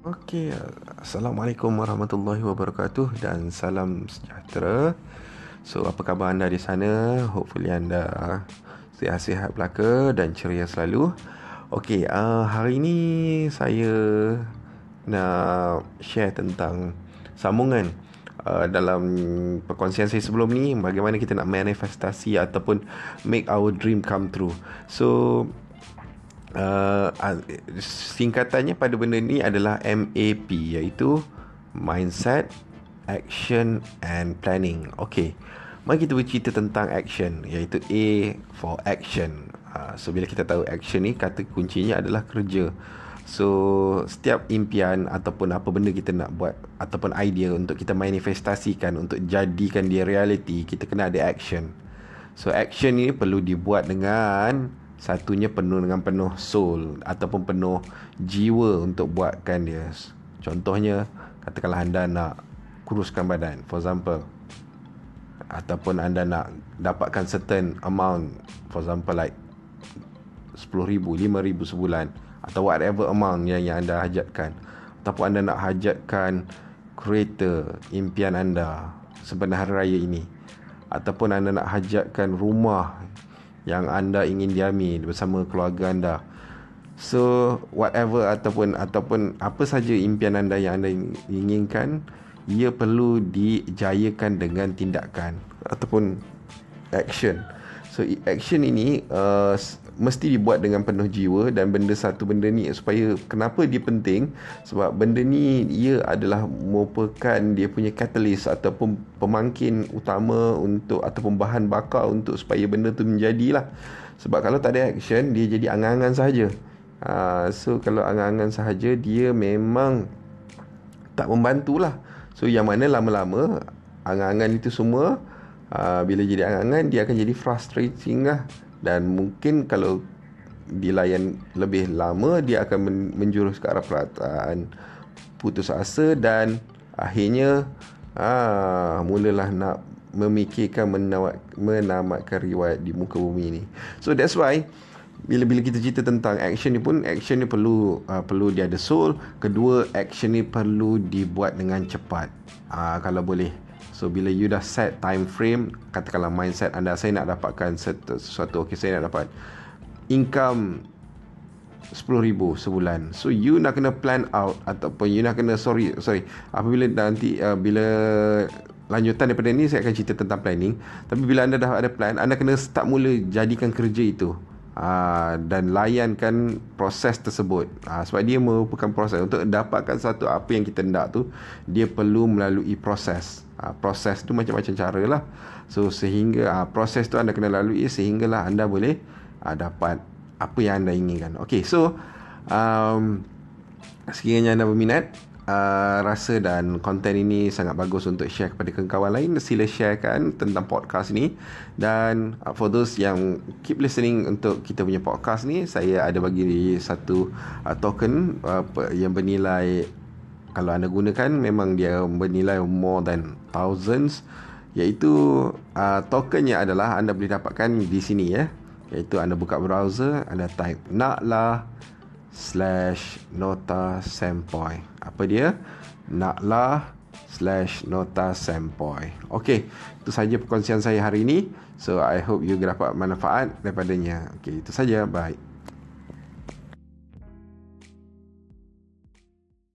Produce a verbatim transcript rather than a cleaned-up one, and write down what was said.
Okey, Assalamualaikum warahmatullahi wabarakatuh dan salam sejahtera. So, apa khabar anda di sana? Hopefully anda sihat-sihat belaka dan ceria selalu. Okey, uh, hari ini saya nak share tentang sambungan uh, dalam perkongsian saya sebelum ni, bagaimana kita nak manifestasi ataupun make our dream come true. So, Uh, singkatannya pada benda ni adalah M A P, iaitu Mindset, Action and Planning. Okey, mari kita bercerita tentang action, iaitu A for action. uh, So bila kita tahu action ni, kata kuncinya adalah kerja. So setiap impian ataupun apa benda kita nak buat ataupun idea untuk kita manifestasikan, untuk jadikan dia reality, kita kena ada action. So action ni perlu dibuat dengan, satunya penuh dengan penuh soul ataupun penuh jiwa untuk buatkan dia. Contohnya, katakanlah anda nak kuruskan badan, for example, ataupun anda nak dapatkan certain amount, for example like sepuluh ribu, lima ribu sebulan, atau whatever amount yang, yang anda hajatkan. Ataupun anda nak hajatkan kereta impian anda sebenarnya hari raya ini, ataupun anda nak hajatkan rumah yang anda ingin diami bersama keluarga anda. So whatever ataupun ataupun apa saja impian anda yang anda inginkan, ia perlu dijayakan dengan tindakan ataupun action. So action ini uh, mesti dibuat dengan penuh jiwa. Dan benda satu benda ni, supaya kenapa dia penting, sebab benda ni ia adalah merupakan dia punya catalyst ataupun pemangkin utama untuk, ataupun bahan bakar untuk supaya benda tu menjadilah. Sebab kalau tak ada action, dia jadi angan-angan sahaja. uh, So kalau angan-angan sahaja, dia memang tak membantulah. So yang mana lama-lama angan-angan itu semua, uh, bila jadi angan-angan, dia akan jadi frustrating lah. Dan mungkin kalau dilayan lebih lama, dia akan men- menjurus ke arah perasaan putus asa. Dan akhirnya ah, mulalah nak memikirkan menawat, menamatkan riwayat di muka bumi ni. So that's why bila-bila kita cerita tentang action ni pun, action ni perlu uh, perlu dia ada soul. Kedua, action ni perlu dibuat dengan cepat, uh, kalau boleh. So bila you dah set time frame, katakanlah mindset anda, saya nak dapatkan sesuatu, okay, saya nak dapat income sepuluh ribu sebulan. So you nak kena plan out, ataupun you nak kena sorry sorry apabila nanti uh, bila lanjutan daripada ni saya akan cerita tentang planning. Tapi bila anda dah ada plan, anda kena start mula jadikan kerja itu. Aa, dan layankan proses tersebut. Aa, sebab dia merupakan proses. Untuk dapatkan satu apa yang kita nak tu, dia perlu melalui proses. Aa, proses tu macam-macam cara lah. So sehingga aa, proses tu anda kena lalui, sehinggalah anda boleh aa, dapat apa yang anda inginkan. Okay, so um, sekiranya anda berminat, Uh, rasa dan konten ini sangat bagus untuk share kepada kawan-kawan lain, sila sharekan tentang podcast ni. Dan uh, for those yang keep listening untuk kita punya podcast ni, saya ada bagi satu uh, token uh, yang bernilai, kalau anda gunakan, memang dia bernilai more than thousands. Iaitu uh, tokennya adalah anda boleh dapatkan di sini ya. Iaitu anda buka browser, anda type naklah slash nota sempoi. Apa dia? Naklah slash nota sempoi. Okey, itu saja perkongsian saya hari ini. So I hope you dapat manfaat daripadanya. Okey, itu saja. Bye.